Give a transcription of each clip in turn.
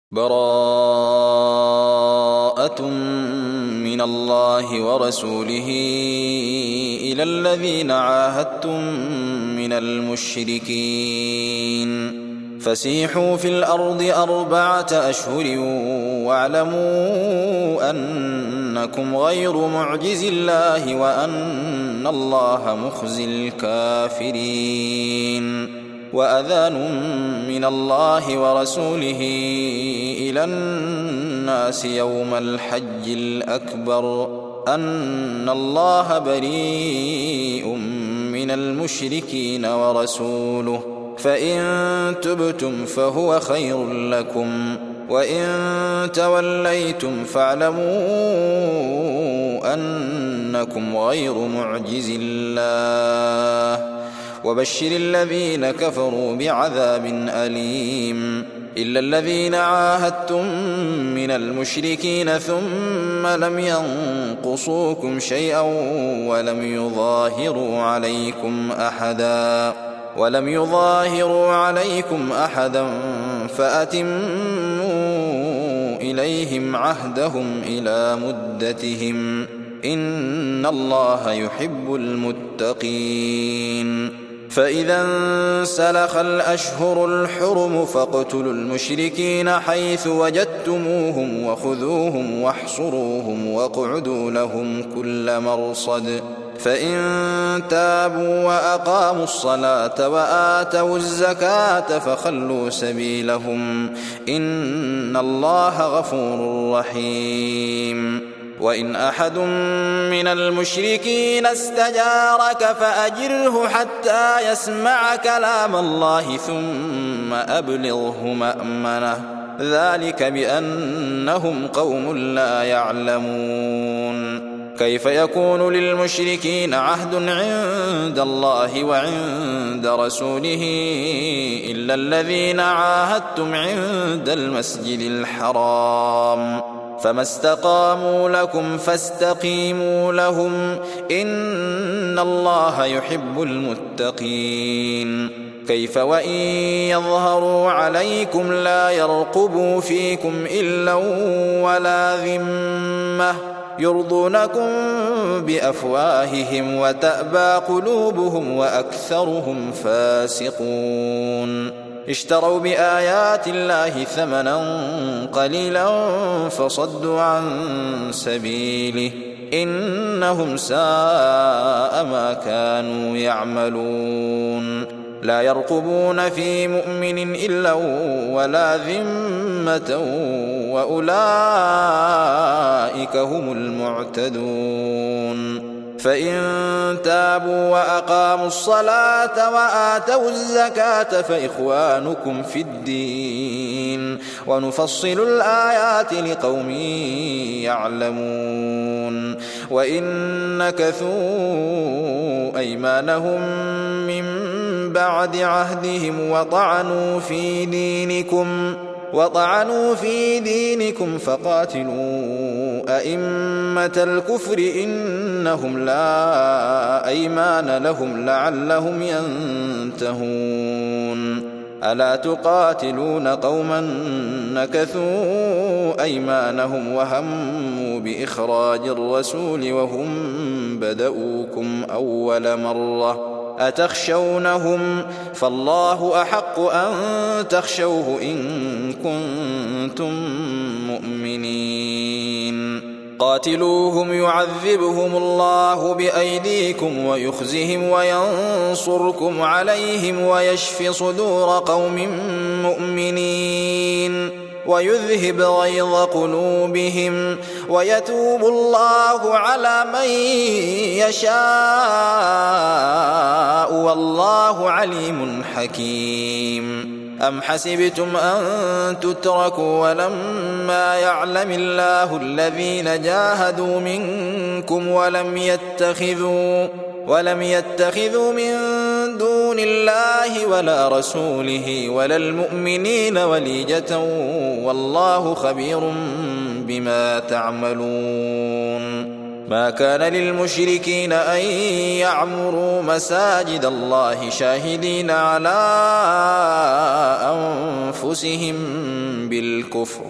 براءة من الله ورسوله إلى الذين عاهدتم من المشركين فسيحوا في الأرض 4 أشهر واعلموا أنكم غير معجز الله وأن الله مخزي الكافرين. وأذان من الله ورسوله إلى الناس يوم الحج الأكبر أن الله بريء من المشركين ورسوله، فإن تبتم فهو خير لكم، وإن توليتم فاعلموا أنكم غير معجز الله. وبشر الذين كفروا بعذاب أليم إلا الذين عاهدتم من المشركين ثم لم ينقصوكم شيئا ولم يظاهروا عليكم أحدا فأتموا إليهم عهدهم إلى مدتهم إن الله يحب المتقين. فإذا انسلخ الأشهر الحرم فاقتلوا المشركين حيث وجدتموهم وخذوهم واحصروهم واقعدوا لهم كل مرصد، فإن تابوا وأقاموا الصلاة وآتوا الزكاة فخلوا سبيلهم إن الله غفور رحيم. وإن أحد من المشركين استجارك فأجره حتى يسمع كلام الله ثم أبلغه مأمنه، ذلك بأنهم قوم لا يعلمون. كيف يكون للمشركين عهد عند الله وعند رسوله إلا الذين عاهدتم عند المسجد الحرام، فما استقاموا لكم فاستقيموا لهم إن الله يحب المتقين. كيف وإن يظهروا عليكم لا يرقبوا فيكم إلا ولا ذمة يرضونكم بأفواههم وتأبى قلوبهم وأكثرهم فاسقون. اشتروا بآيات الله ثمنا قليلا فصدوا عن سبيله إنهم ساء ما كانوا يعملون. لا يرقبون في مؤمن إلا ولا ذمة وأولئك هم المعتدون. فإن تابوا وأقاموا الصلاة وآتوا الزكاة فإخوانكم في الدين ونفصل الآيات لقوم يعلمون. وإن نكثوا أيمانهم من بعد عهدهم وطعنوا في دينكم فقاتلوا أئمة الكفر إنهم لا أيمان لهم لعلهم ينتهون. ألا تقاتلون قوما نكثوا أيمانهم وهموا بإخراج الرسول وهم بدؤوكم أول مرة أتخشونهم فالله أحق أن تخشوه إن كنتم مؤمنين. قاتلوهم يعذبهم الله بأيديكم ويخزهم وينصركم عليهم ويشف صدور قوم مؤمنين ويذهب غيظ قلوبهم ويتوب الله على من يشاء والله عليم حكيم. أم حسبتم أن تتركوا ولما يعلم الله الذين جاهدوا منكم ولم يتخذوا من دون الله ولا رسوله ولا المؤمنين وليجة والله خبير بما تعملون. ما كان للمشركين أن يعمروا مساجد الله شاهدين على أنفسهم بالكفر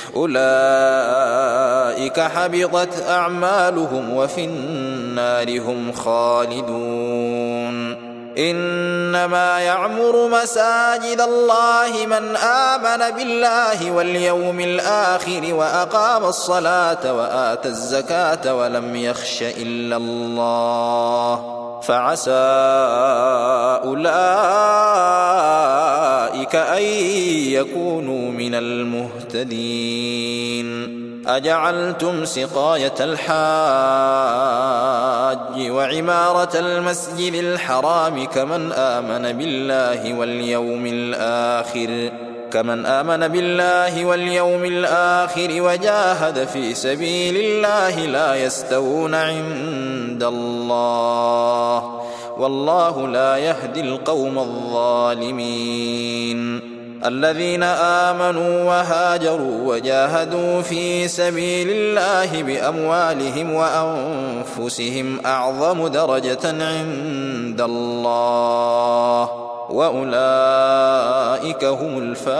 أولئك حبطت أعمالهم وفي النار هم خالدون إنما يعمر مساجد الله من آمن بالله واليوم الآخر وأقام الصلاة وآتى الزكاة ولم يخش إلا الله فعسى أولئك أن يكونوا من المهتدين أجعلتم سقاية الحاج وعمارة المسجد الحرام كمن آمن بالله واليوم الآخر وجاهد في سبيل الله لا يستوون عند الله والله لا يهدي القوم الظالمين الذين آمنوا وهاجروا وجاهدوا في سبيل الله بأموالهم وأنفسهم أعظم درجة عند الله وأولئك هم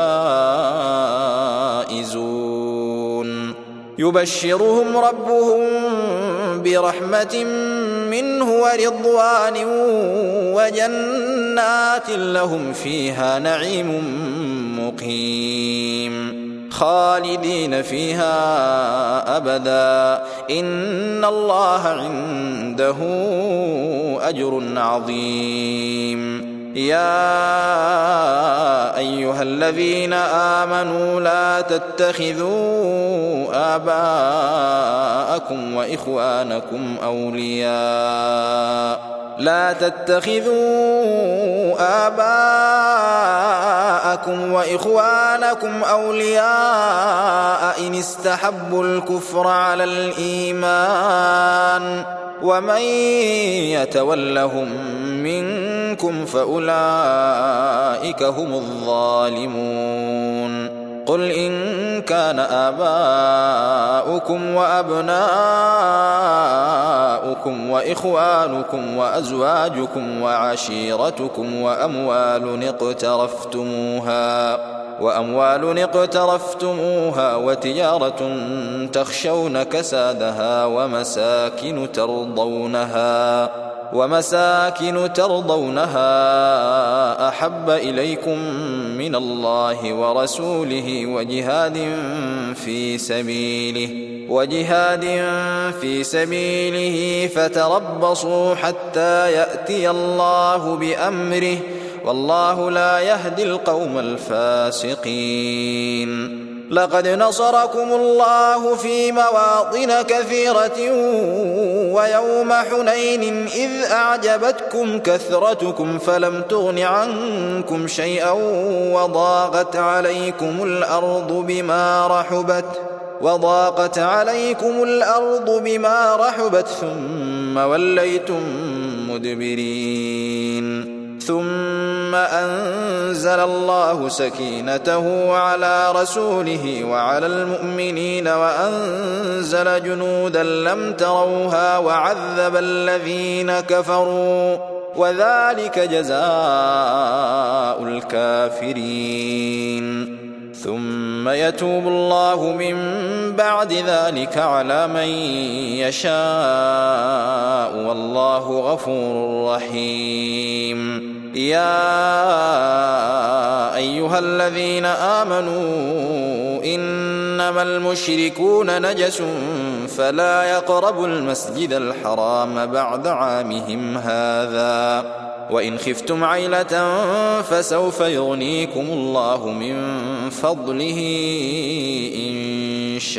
الفائزون يبشرهم ربهم برحمة منه ورضوان وجنات لهم فيها نعيم مقيم خالدين فيها أبدا إن الله عنده أجر عظيم يا أيها الذين آمنوا لا تتخذوا آباءكم وإخوانكم أولياء إن استحبوا الكفر على الإيمان ومن يتولهم منكم فأولئك هم الظالمون قل إن كان آباؤكم وأبناؤكم وإخوانكم وأزواجكم وعشيرتكم وأموال اقترفتموها وتجارة تخشون كسادها ومساكن ترضونها أحب إليكم من الله ورسوله وجهاد في سبيله فتربصوا حتى يأتي الله بأمره والله لا يهدي القوم الفاسقين لقد نصركم الله في مواطن كثيرة ويوم حنين إذ أعجبتكم كثرتكم فلم تغن عنكم شيئا وضاقت عليكم الأرض بما رحبت ثم وليتم مدبرين ثم أنزل الله سكينته على رسوله وعلى المؤمنين وأنزل جنودا لم تروها وعذب الذين كفروا وذلك جزاء الكافرين ثم يتوب الله من بعد ذلك على من يشاء والله غفور رحيم يا أيها الذين آمنوا إنما المشركون نجس فلا يقربوا المسجد الحرام بعد عامهم هذا وإن خفتم عيلة فسوف يغنيكم الله من فضله إن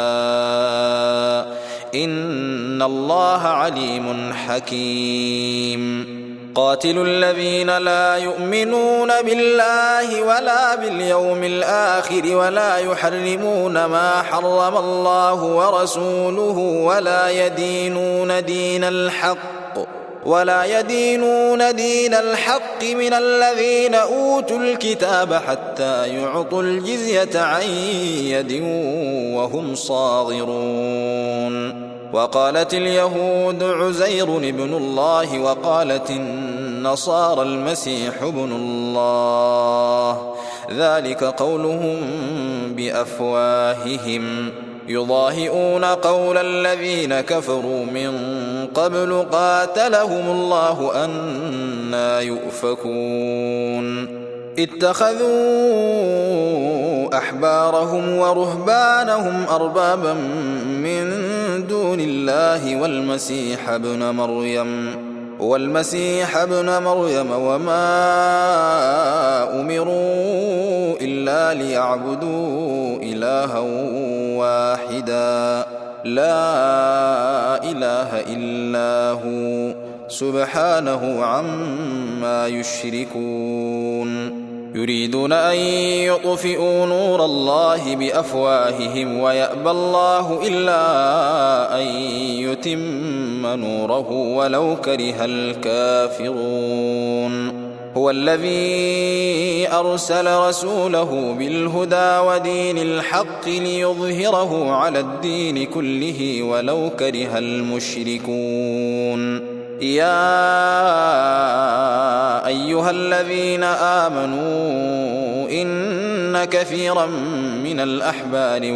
شاء إن الله عليم حكيم قاتلوا الذين لا يؤمنون بالله ولا باليوم الآخر ولا يحرمون ما حرم الله ورسوله ولا يدينون دين الحق من الذين أوتوا الكتاب حتى يعطوا الجزية عن يد وهم صاغرون وقالت اليهود عزير بن الله وقالت النصارى المسيح ابن الله، ذلك قولهم بأفواههم يضاهئون قول الذين كفروا من قبل قاتلهم الله أنى يؤفكون. اتخذوا أحبارهم ورهبانهم أربابا من دون الله والمسيح ابن مريم وما أمروا إلا ليعبدوا إلها واحدا لا إله إلا هو سبحانه عما يشركون. يريدون أن يطفئوا نور الله بأفواههم ويأبى الله إلا أن يتم نوره ولو كره الكافرون. هو الذي أرسل رسوله بالهدى ودين الحق ليظهره على الدين كله ولو كره المشركون. يا أيها الذين آمنوا إن كثيرا من الأحبار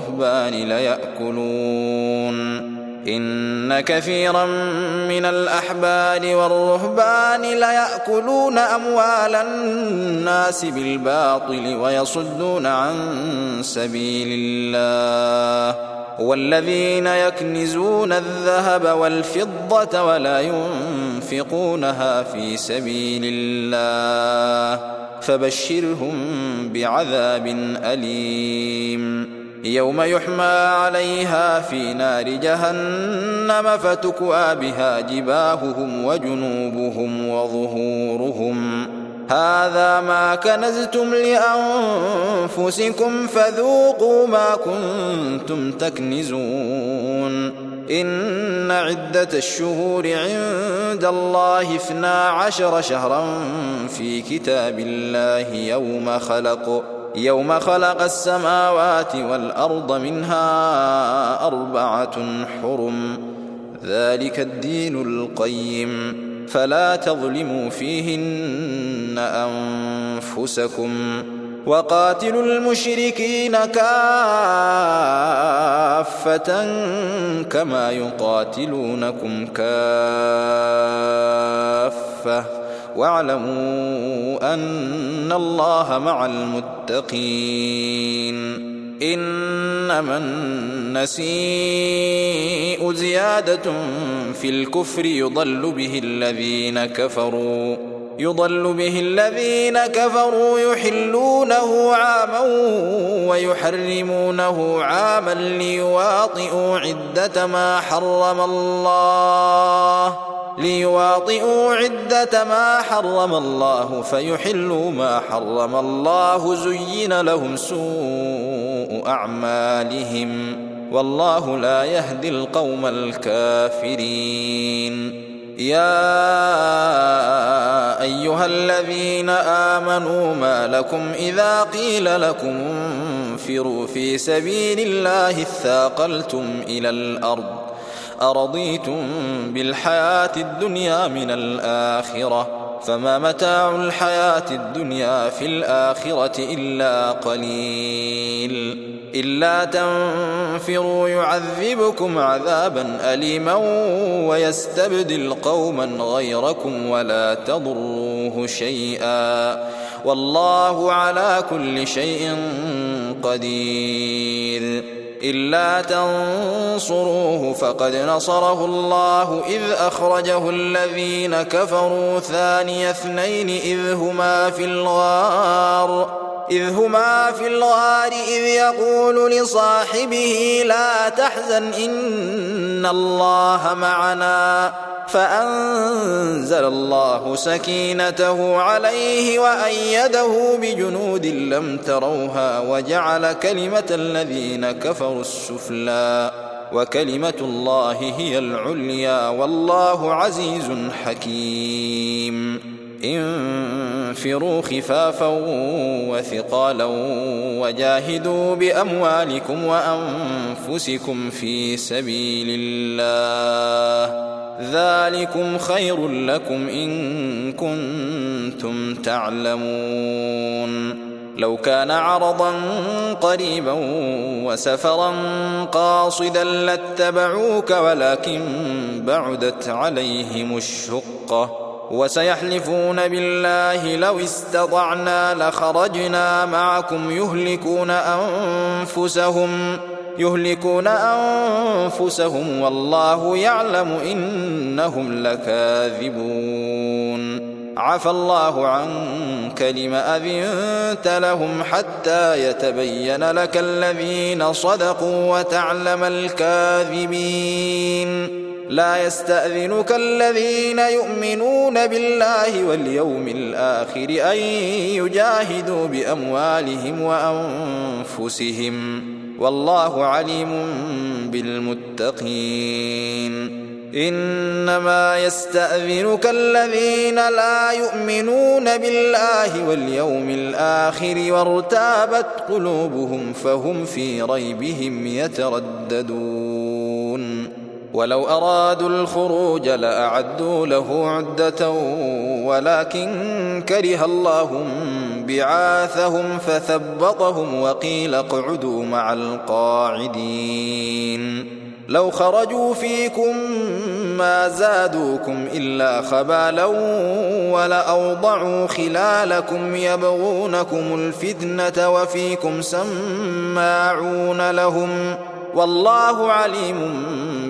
والرهبان ليأكلون أموال الناس بالباطل ويصدون عن سبيل الله، والذين يكنزون الذهب والفضة ولا ينفقونها في سبيل الله فبشرهم بعذاب أليم. يوم يحمى عليها في نار جهنم فتكوى بها جباههم وجنوبهم وظهورهم هذا ما كنزتم لأنفسكم فذوقوا ما كنتم تكنزون. إن عدة الشهور عند الله 12 شهرا في كتاب الله يوم خلق السماوات والأرض منها 4 حرم ذلك الدين القيم فلا تظلموا فيهن أنفسكم وقاتلوا المشركين كافة كما يقاتلونكم كافة واعلموا أن الله مع المتقين. إنما النسيء زيادة في الكفر يضل به الذين كفروا يحلونه عاما ويحرمونه عاما ليواطئوا عدة ما حرم الله فيحلوا ما حرم الله زين لهم سوء أعمالهم والله لا يهدي القوم الكافرين. يا أيها الذين آمنوا ما لكم إذا قيل لكم انفروا في سبيل الله اثاقلتم إلى الأرض أرضيتم بالحياة الدنيا من الآخرة فما متاع الحياة الدنيا في الآخرة إلا قليل. إلا تنفروا يعذبكم عذابا أليما ويستبدل قوما غيركم ولا تضروه شيئا والله على كل شيء قدير. إلا تنصروه فقد نصره الله إذ أخرجه الذين كفروا ثاني اثنين إذ هما في الغار إذ يقول لصاحبه لا تحزن إن الله معنا فأنزل الله سكينته عليه وأيده بجنود لم تروها وجعل كلمة الذين كفروا السفلى وكلمة الله هي العليا والله عزيز حكيم. انفروا خفافا وثقالا وجاهدوا بأموالكم وأنفسكم في سبيل الله ذلكم خير لكم إن كنتم تعلمون لو كان عرضا قريبا وسفرا قاصدا لاتبعوك ولكن بعدت عليهم الشقة وسيحلفون بالله لو استطعنا لخرجنا معكم يهلكون أنفسهم والله يعلم إنهم لكاذبون عفى الله عنك لم أذنت لهم حتى يتبين لك الذين صدقوا وتعلم الكاذبين لا يستأذنك الذين يؤمنون بالله واليوم الآخر أن يجاهدوا بأموالهم وأنفسهم والله عليم بالمتقين إنما يستأذنك الذين لا يؤمنون بالله واليوم الآخر وارتابت قلوبهم فهم في ريبهم يترددون ولو أرادوا الخروج لأعدوا له عدة ولكن كره الله بعاثهم فثبطهم وقيل اقعدوا مع القاعدين لو خرجوا فيكم ما زادوكم إلا خبالا ولأوضعوا خلالكم يبغونكم الفتنة وفيكم سماعون لهم والله عليم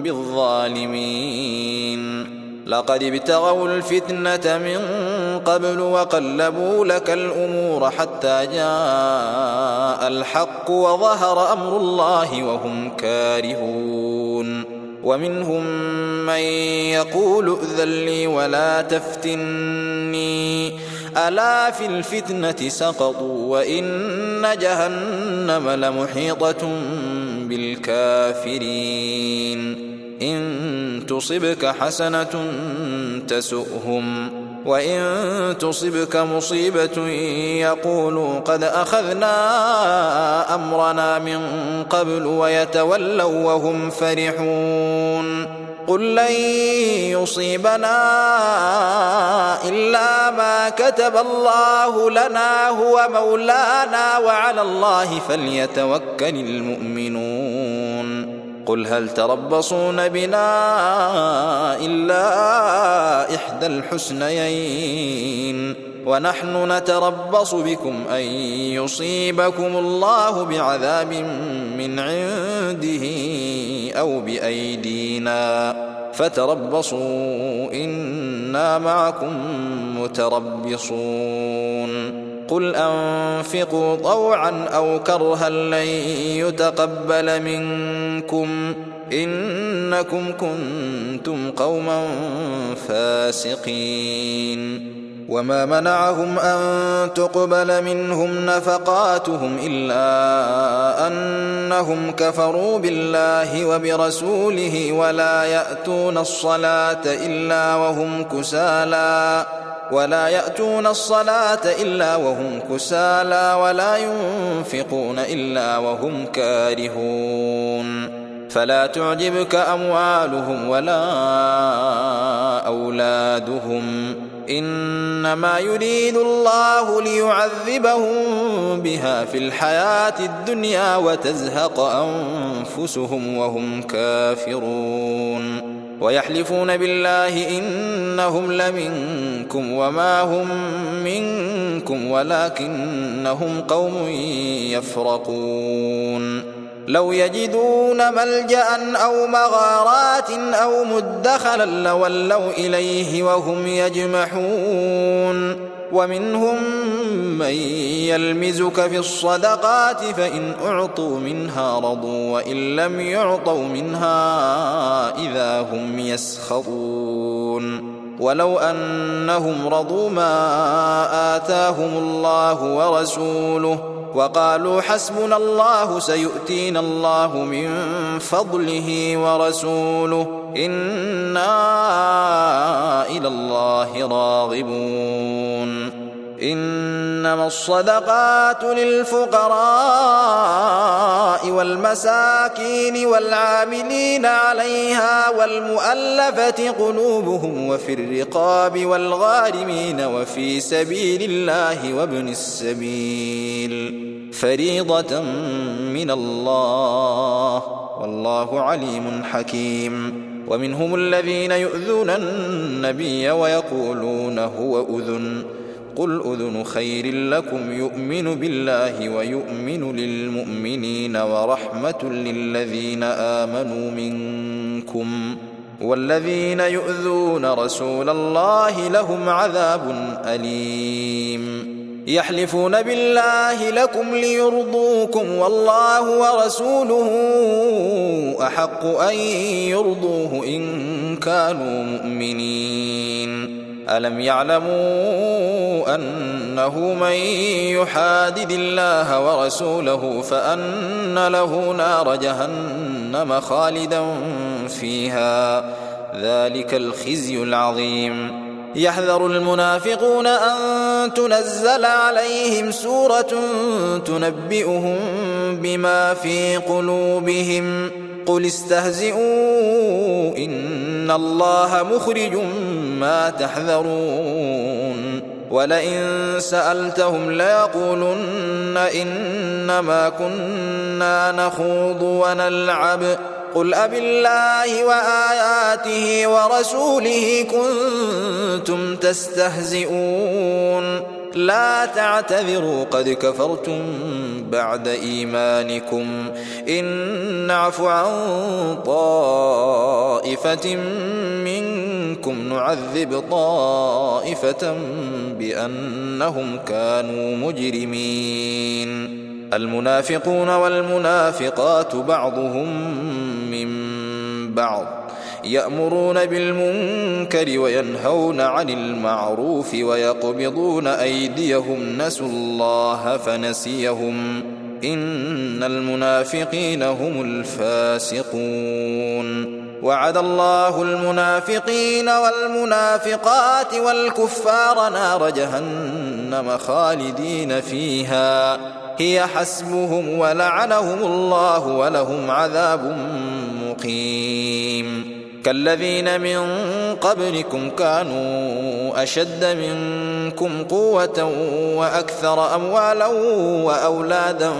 بالظالمين لقد ابتغوا الفتنة من قبل وقلبوا لك الأمور حتى جاء الحق وظهر أمر الله وهم كارهون ومنهم من يقول ائذن لي ولا تفتني ألا في الفتنة سقطوا وإن جهنم لمحيطة بالكافرين إن تصبك حسنة تسؤهم وإن تصبك مصيبة يقولوا قد أخذنا أمرنا من قبل ويتولوا وهم فرحون قل لن يصيبنا إلا ما كتب الله لنا هو مولانا وعلى الله فليتوكل المؤمنون قل هل تربصون بنا إلا إحدى الحسنيين ونحن نتربص بكم أن يصيبكم الله بعذاب من عنده أو بأيدينا فتربصوا إنا معكم متربصون قل أنفقوا طوعا أو كرها لن يتقبل منكم إنكم كنتم قوما فاسقين وما منعهم أن تقبل منهم نفقاتهم إلا أنهم كفروا بالله وبرسوله ولا يأتون الصلاة إلا وهم كسالى ولا ينفقون إلا وهم كارهون فلا تعجبك أموالهم ولا أولادهم إنما يريد الله ليعذبهم بها في الحياة الدنيا وتزهق أنفسهم وهم كافرون ويحلفون بالله إنهم لمنكم وما هم منكم ولكنهم قوم يفرقون لو يجدون ملجأ أو مغارات أو مدخلا لولوا إليه وهم يجمحون ومنهم من يلمزك في الصدقات فإن أعطوا منها رضوا وإن لم يعطوا منها إذا هم يسخطون ولو أنهم رضوا ما آتاهم الله ورسوله وقالوا حسبنا الله سيؤتينا الله من فضله ورسوله إنا إلى الله راغبون إنما الصدقات للفقراء والمساكين والعاملين عليها والمؤلفة قلوبهم وفي الرقاب والغارمين وفي سبيل الله وابن السبيل فريضة من الله والله عليم حكيم ومنهم الذين يؤذون النبي ويقولون هو أذن قل أذن خير لكم يؤمن بالله ويؤمن للمؤمنين ورحمة للذين آمنوا منكم والذين يؤذون رسول الله لهم عذاب أليم يحلفون بالله لكم ليرضوكم والله ورسوله أحق أن يرضوه إن كانوا مؤمنين ألم يعلموا أنه من يحادد الله ورسوله فأن له نار جهنم خالدا فيها ذلك الخزي العظيم يحذر المنافقون أن تنزل عليهم سورة تنبئهم بما في قلوبهم قل استهزئوا إن الله مخرج ما تحذرون ولئن سألتهم ليقولن إنما كنا نخوض ونلعب قل أبالله وآياته ورسوله كنتم تستهزئون لا تعتذروا قد كفرتم بعد إيمانكم إن نعف عن طائفة منكم نعذب طائفة بأنهم كانوا مجرمين المنافقون والمنافقات بعضهم من بعض يأمرون بالمنكر وينهون عن المعروف ويقبضون أيديهم نسوا الله فنسيهم إن المنافقين هم الفاسقون وعد الله المنافقين والمنافقات والكفار نار جهنم خالدين فيها هي حسبهم ولعنهم الله ولهم عذاب مقيم كالذين من قبلكم كانوا أشد منكم قوة وأكثر أموالا وأولادا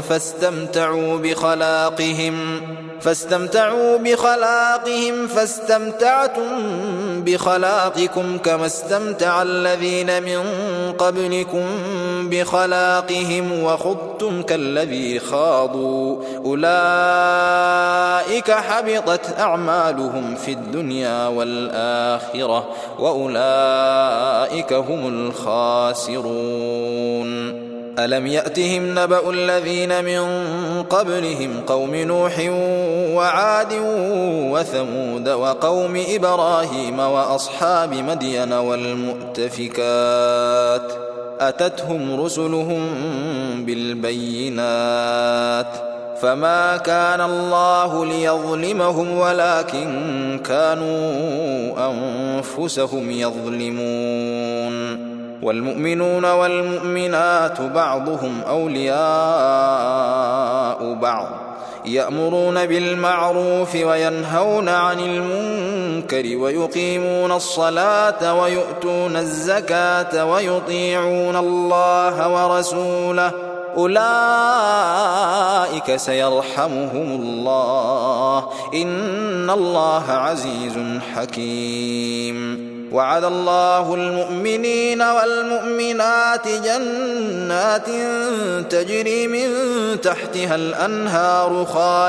فاستمتعوا بخلاقهم فاستمتعتم بخلاقكم كما استمتع الذين من قبلكم بخلاقهم وخضتم كالذي خاضوا أولئك حبطت أعمالهم في الدنيا والآخرة وأولئك هم الخاسرون ألم يأتهم نبأ الذين من قبلهم قوم نوح وعاد وثمود وقوم إبراهيم وأصحاب مدين والمؤتفكات أتتهم رسلهم بالبينات فما كان الله ليظلمهم ولكن كانوا أنفسهم يظلمون والمؤمنون والمؤمنات بعضهم أولياء بعض يأمرون بالمعروف وينهون عن المنكر ويقيمون الصلاة ويؤتون الزكاة ويطيعون الله ورسوله أولئك سيرحمهم الله إن الله عزيز حكيم وعد الله المؤمنين والمؤمنات جنات تجري من تحتها الأنهار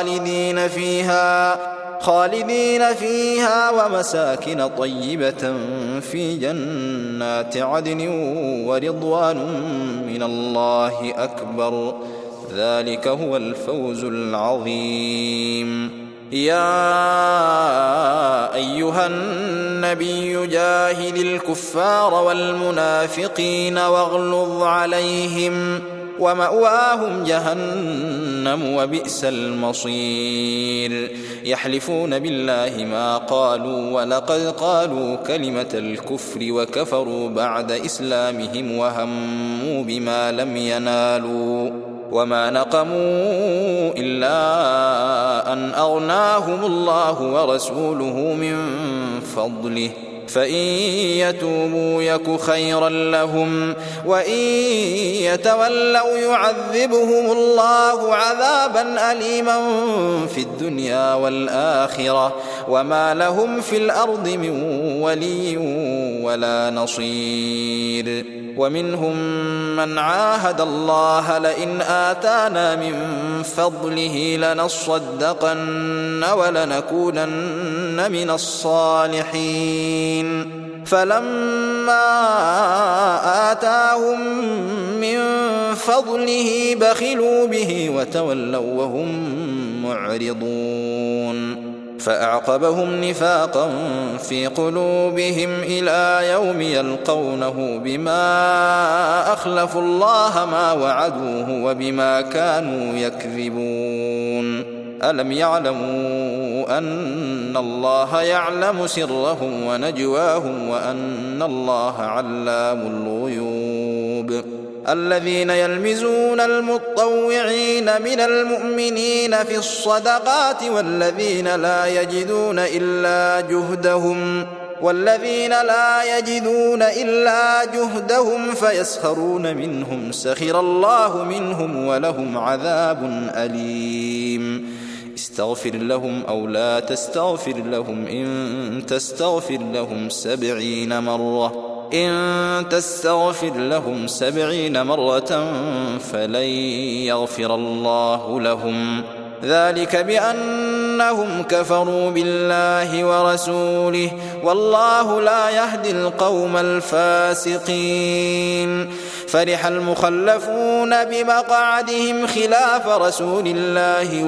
خالدين فيها ومساكن طيبة في جنات عدن ورضوان من الله أكبر ذلك هو الفوز العظيم يا أيها النبي جاهد الكفار والمنافقين واغلظ عليهم ومأواهم جهنم وبئس المصير يحلفون بالله ما قالوا ولقد قالوا كلمة الكفر وكفروا بعد إسلامهم وهموا بما لم ينالوا وما نقموا إلا أن أغناهم الله ورسوله من فضله فإن يتوبوا يك خيرا لهم وإن يتولوا يعذبهم الله عذابا أليما في الدنيا والآخرة وما لهم في الأرض من ولي ولا نصير ومنهم من عاهد الله لئن آتانا من فضله لنصدقن ولنكونن من الصالحين فلما آتاهم من فضله بخلوا به وتولوا وهم معرضون فأعقبهم نفاقا في قلوبهم إلى يوم يلقونه بما أخلفوا الله ما وعدوه وبما كانوا يكذبون ألم يعلموا أن الله يعلم سرهم ونجواهم وأن الله علام الغيوب الذين يلمزون المطوعين من المؤمنين في الصدقات والذين لا يجدون إلا جهدهم فيسخرون منهم سخر الله منهم ولهم عذاب أليم استغفر لهم أو لا تستغفر لهم إن تستغفر لهم 70 مرة فلن يغفر الله لهم ذلك بأنهم كفروا بالله ورسوله والله لا يهدي القوم الفاسقين فرح المخلفون بمقعدهم خلاف رسول الله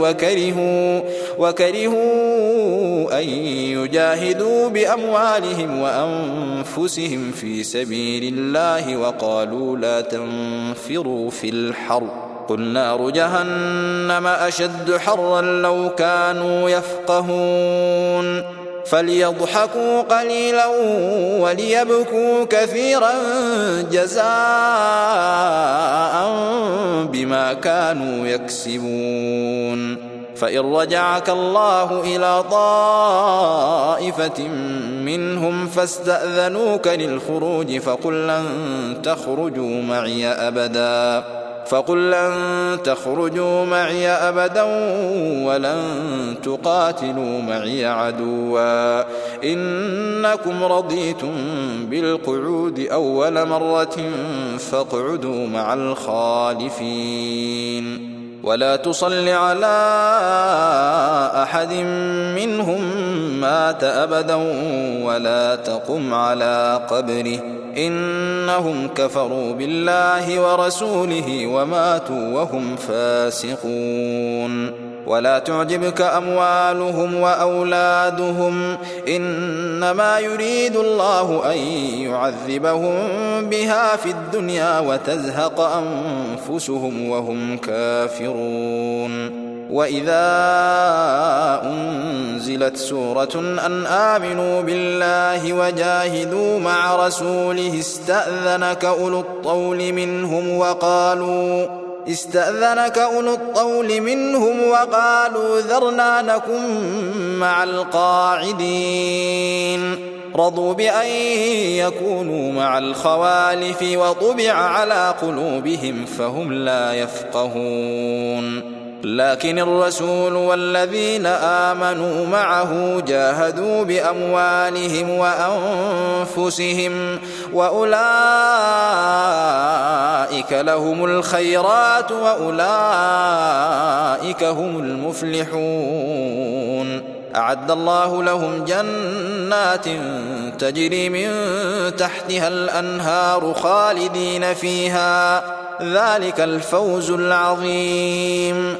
وكرهوا أن يجاهدوا بأموالهم وأنفسهم في سبيل الله وقالوا لا تنفروا في الحر قل نار جهنم أشد حرا لو كانوا يفقهون فليضحكوا قليلا وليبكوا كثيرا جزاء بما كانوا يكسبون فإن رجعك الله إلى طائفة منهم فاستأذنوك للخروج فقل لن تخرجوا معي أبدا ولن تقاتلوا معي عدوا إنكم رضيتم بالقعود أول مرة فاقعدوا مع الخالفين ولا تصل على أحد منهم مات أبدا ولا تقم على قبره إنهم كفروا بالله ورسوله وماتوا وهم فاسقون ولا تعجبك أموالهم وأولادهم إنما يريد الله أن يعذبهم بها في الدنيا وتزهق أنفسهم وهم كافرون وإذا أنزلت سورة أن آمنوا بالله وجاهدوا مع رسوله استأذنك أولو الطول منهم وقالوا ذرنا نكن مع القاعدين رضوا بأن يكونوا مع الخوالف وطبع على قلوبهم فهم لا يفقهون لكن الرسول والذين آمنوا معه جاهدوا بأموالهم وأنفسهم وأولئك لهم الخيرات وأولئك هم المفلحون أعد الله لهم جنات تجري من تحتها الأنهار خالدين فيها ذلك الفوز العظيم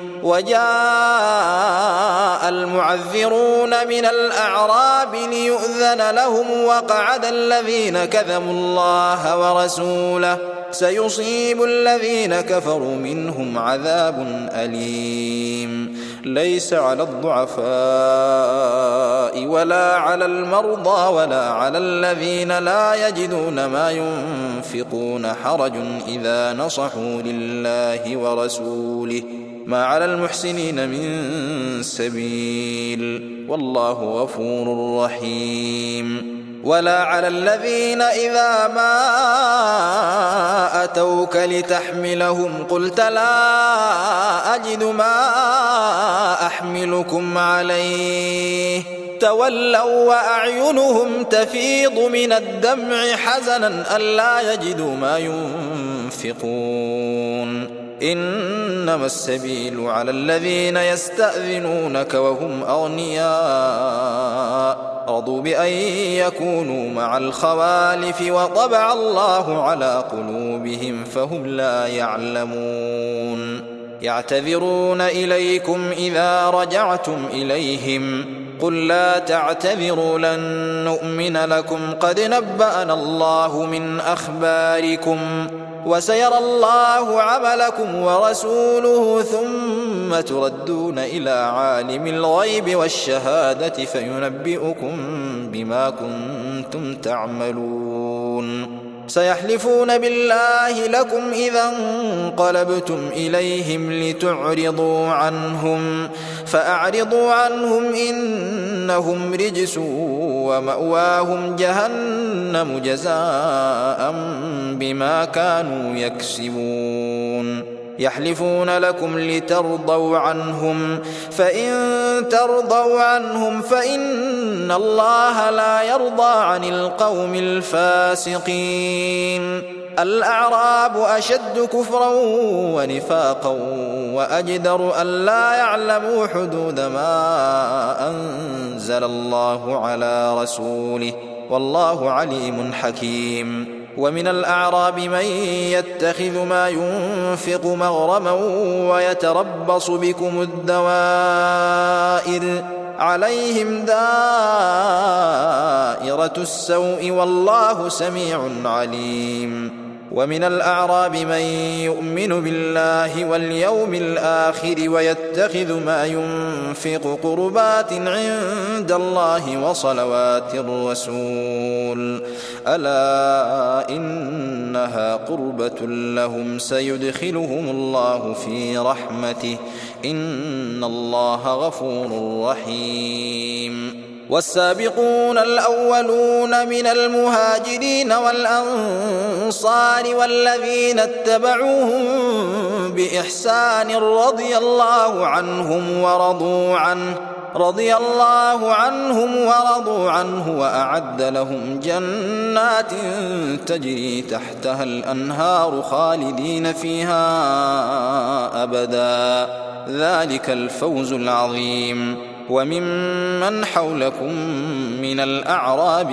وجاء المعذرون من الأعراب ليؤذن لهم وقعد الذين كذبوا الله ورسوله سيصيب الذين كفروا منهم عذاب أليم. ليس على الضعفاء ولا على المرضى ولا على الذين لا يجدون ما ينفقون حرج إذا نصحوا لله ورسوله، ما على المحسنين من سبيل، والله غفور رحيم. ولا على الذين إذا ما أتوك لتحملهم قلت لا أجد ما أحملكم عليه تولوا وأعينهم تفيض من الدمع حزنا ألا يجدوا ما ينفقون. إنما السبيل على الذين يستأذنونك وهم أغنياء رضوا بأن يكونوا مع الخوالف وطبع الله على قلوبهم فهم لا يعلمون. يعتذرون إليكم إذا رجعتم إليهم قل لا تعتذروا لن نؤمن لكم قد نبأنا الله من أخباركم وسيرى الله عملكم ورسوله ثم تردون إلى عالم الغيب والشهادة فينبئكم بما كنتم تعملون. سيحلفون بالله لكم إذا انقلبتم إليهم لتعرضوا عنهم فأعرضوا عنهم إنهم رجس ومأواهم جهنم جزاء بما كانوا يكسبون. يحلفون لكم لترضوا عنهم فإن ترضوا عنهم فإن الله لا يرضى عن القوم الفاسقين. الأعراب أشد كفرا ونفاقا وأجدر ألا يعلموا حدود ما أنزل الله على رسوله والله عليم حكيم. ومن الأعراب من يتخذ ما ينفق مغرما ويتربص بكم الدوائر عليهم دائرة السوء والله سميع عليم. ومن الأعراب من يؤمن بالله واليوم الآخر ويتخذ ما ينفق قربات عند الله وصلوات الرسول ألا إنها قربة لهم سيدخلهم الله في رحمته إن الله غفور رحيم. والسابقون الأولون من المهاجرين والأنصار والذين اتبعوهم بإحسان رضي الله عنهم ورضوا عنه وأعد لهم جنات تجري تحتها الأنهار خالدين فيها أبدا ذلك الفوز العظيم. وممن حولكم من الأعراب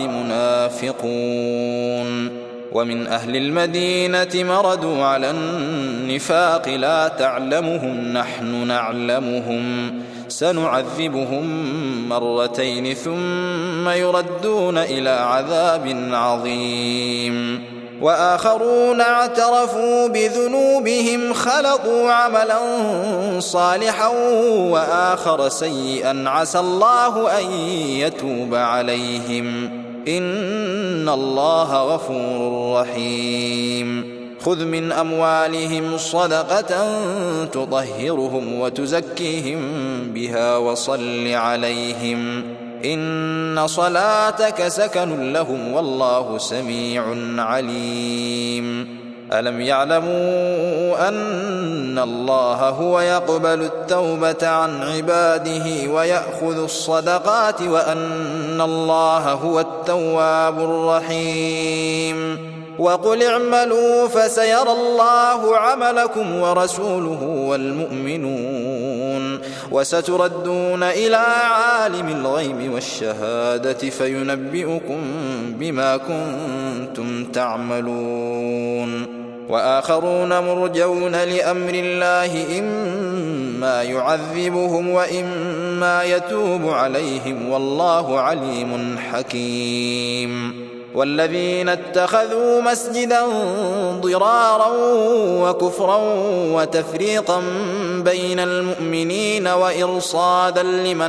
منافقون ومن أهل المدينة مردوا على النفاق لا تعلمهم نحن نعلمهم سنعذبهم مرتين ثم يردون إلى عذاب عظيم. وآخرون اعترفوا بذنوبهم خلطوا عملا صالحا وآخر سيئا عسى الله أن يتوب عليهم إن الله غفور رحيم. خذ من أموالهم صدقة تطهرهم وتزكيهم بها وصل عليهم إن صلاتك سكن لهم والله سميع عليم. ألم يعلموا أن الله هو يقبل التوبة عن عباده ويأخذ الصدقات وأن الله هو التواب الرحيم. وقل اعملوا فسيرى الله عملكم ورسوله والمؤمنون وستردون إلى عالم الغيب والشهادة فينبئكم بما كنتم تعملون. وآخرون مرجون لأمر الله إما يعذبهم وإما يتوب عليهم والله عليم حكيم. والذين اتخذوا مسجدا ضرارا وكفرا وتفريقا بين المؤمنين وإرصادا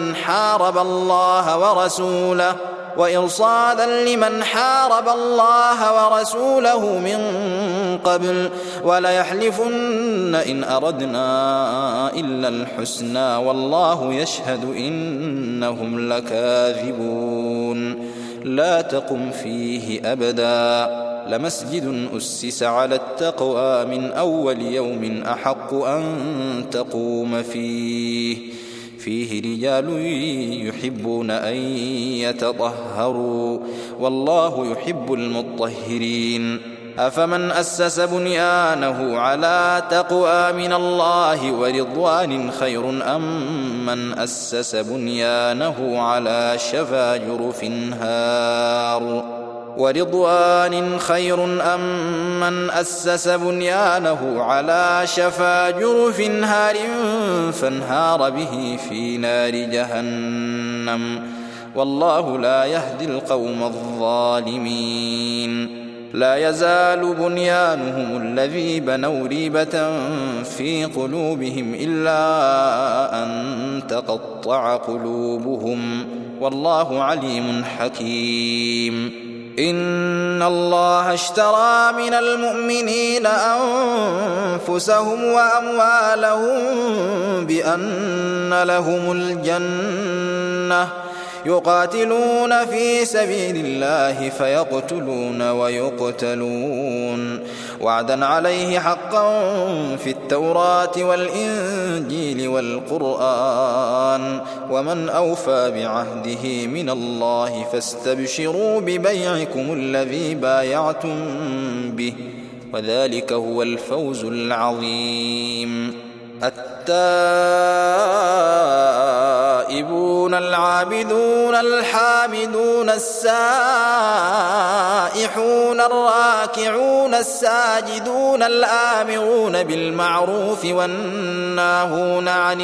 لمن حارب الله ورسوله من قبل وليحلفن إن أردنا إلا الحسنى والله يشهد إنهم لكاذبون لا تقم فيه أبدا لمسجد أسس على التقوى من أول يوم أحق أن تقوم فيه رجال يحبون أن يتطهروا والله يحب المطهرين أفمن أسس بنيانه على تقوى من الله ورضوان خير أم من أسس بنيانه على شفا جرف هار فانهار به في نار جهنم والله لا يهدي القوم الظالمين لا يزال بنيانهم الذي بنوا ريبة في قلوبهم إلا أن تقطع قلوبهم والله عليم حكيم إن الله اشترى من المؤمنين أنفسهم وأموالهم بأن لهم الجنة يقاتلون في سبيل الله فيقتلون ويقتلون وعدا عليه حقا في التوراة والإنجيل والقرآن ومن أوفى بعهده من الله فاستبشروا ببيعكم الذي بايعتم به وذلك هو الفوز العظيم التائبون العابدون الحامدون السائحون الراكعون الساجدون الآمرون بالمعروف والناهون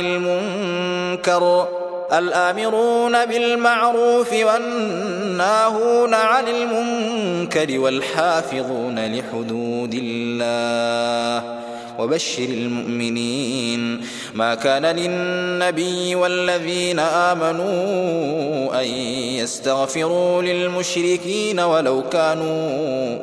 عن المنكر والحافظون لحدود الله وبشر المؤمنين ما كان للنبي والذين آمنوا أن يستغفروا للمشركين ولو كانوا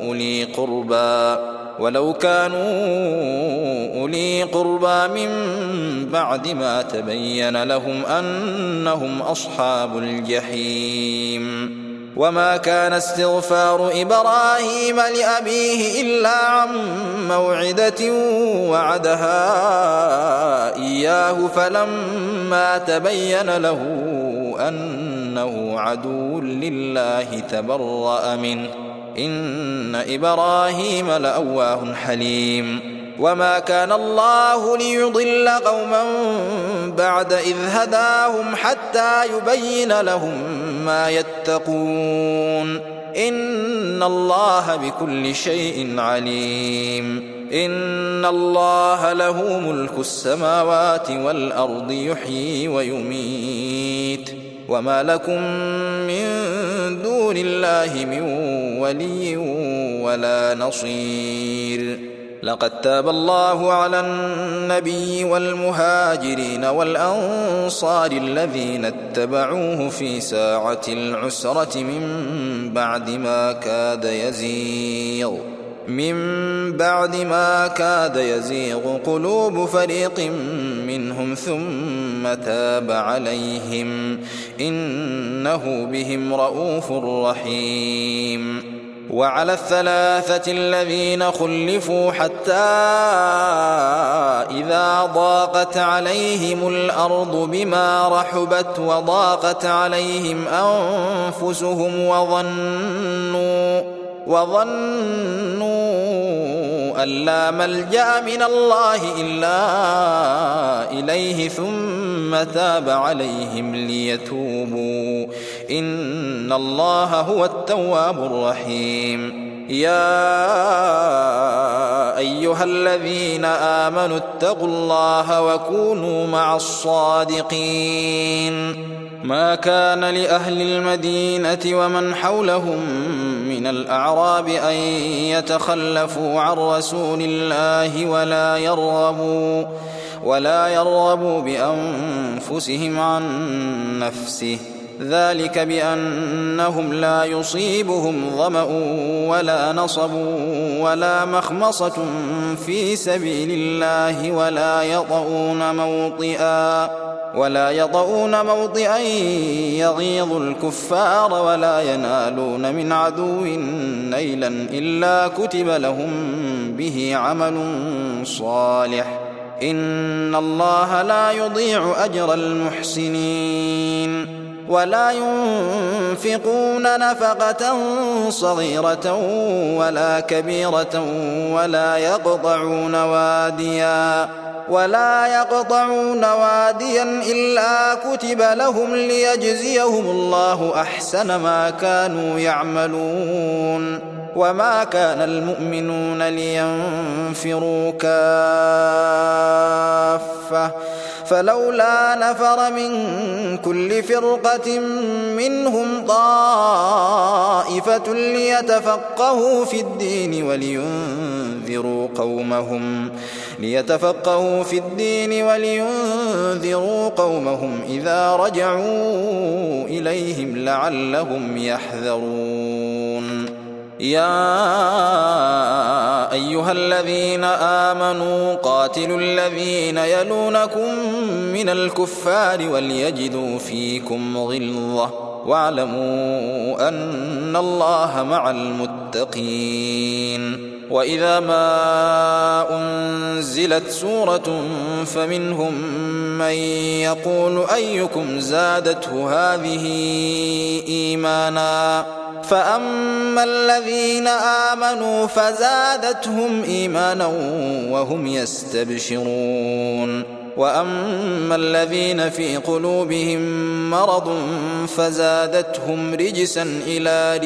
أولي قربى من بعد ما تبين لهم أنهم أصحاب الجحيم وما كان استغفار إبراهيم لأبيه إلا عن موعدة وعدها إياه فلما تبين له أنه عدو لله تبرأ منه إن إبراهيم لأواه حليم وما كان الله ليضل قوما بعد إذ هداهم حتى يبين لهم ما يتقون إن الله بكل شيء عليم إن الله له ملك السماوات والأرض يحيي ويميت وما لكم من دون الله من ولي ولا نصير لقد تاب الله على النبي والمهاجرين والأنصار الذين اتبعوه في ساعة العسرة من بعد ما كاد يزيغ قلوب فريق منهم ثم تاب عليهم إنه بهم رءوف رحيم وعلى الثلاثة الذين خلفوا حتى إذا ضاقت عليهم الأرض بما رحبت وضاقت عليهم أنفسهم وظنوا أن لا ملجأ من الله إلا إليه ثم تاب عليهم ليتوبوا إن الله هو التواب الرحيم يا أيها الذين آمنوا اتقوا الله وكونوا مع الصادقين ما كان لأهل المدينة ومن حولهم من الأعراب أن يتخلفوا عن رسول الله ولا يرغبوا بأنفسهم عن نفسه، ذلك بأنهم لا يصيبهم ظمأ ولا نصب ولا مخمصة في سبيل الله ولا يطؤون موطئا يغيظ الكفار ولا ينالون من عدو نيلا إلا كتب لهم به عمل صالح، إن الله لا يضيع أجر المحسنين. ولا ينفقون نفقة صغيرة ولا كبيرة ولا يقطعون واديا إلا كتب لهم ليجزيهم الله أحسن ما كانوا يعملون. وما كان المؤمنون لينفروا كافة فلولا نفر من كل فرقة منهم طائفة ليتفقهوا في الدين ولينذروا قومهم إذا رجعوا إليهم لعلهم يحذرون. يا أيها الذين آمنوا قاتلوا الذين يلونكم من الكفار وليجدوا فيكم غلظة واعلموا أن الله مع المتقين. وإذا ما أنزلت سورة فمنهم من يقول أيكم زادته هذه إيمانا، فأما الذين آمنوا فزادتهم إيمانا وهم يستبشرون، وأما الذين في قلوبهم مرض فزادتهم رجسا إلى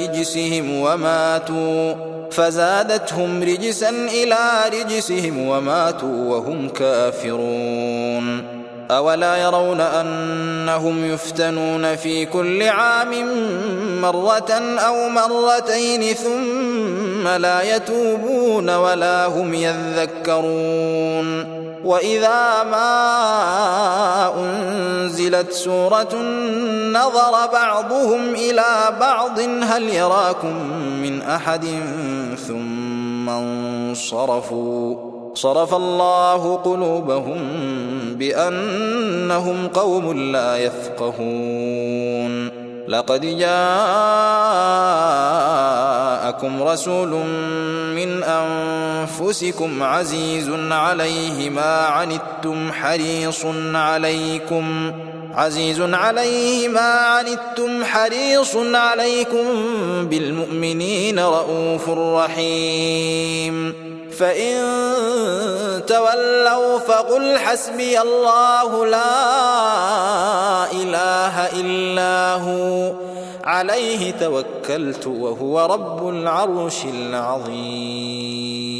رجسهم وماتوا وهم كافرون. أولا يرون أنهم يفتنون في كل عام مرة أو مرتين ثم لا يتوبون ولا هم يذكرون. وإذا ما أنزلت سورة نظر بعضهم إلى بعض هل يراكم من أحد ثم انصرفوا، صرف الله قلوبهم بأنهم قوم لا يفقهون. لقد جاءكم رسول من أنفسكم عزيز عليه ما عنتم حريص عليكم بالمؤمنين رؤوف رحيم. فإن تولوا فقل حسبي الله لا إله إلا هو عليه توكلت وهو رب العرش العظيم.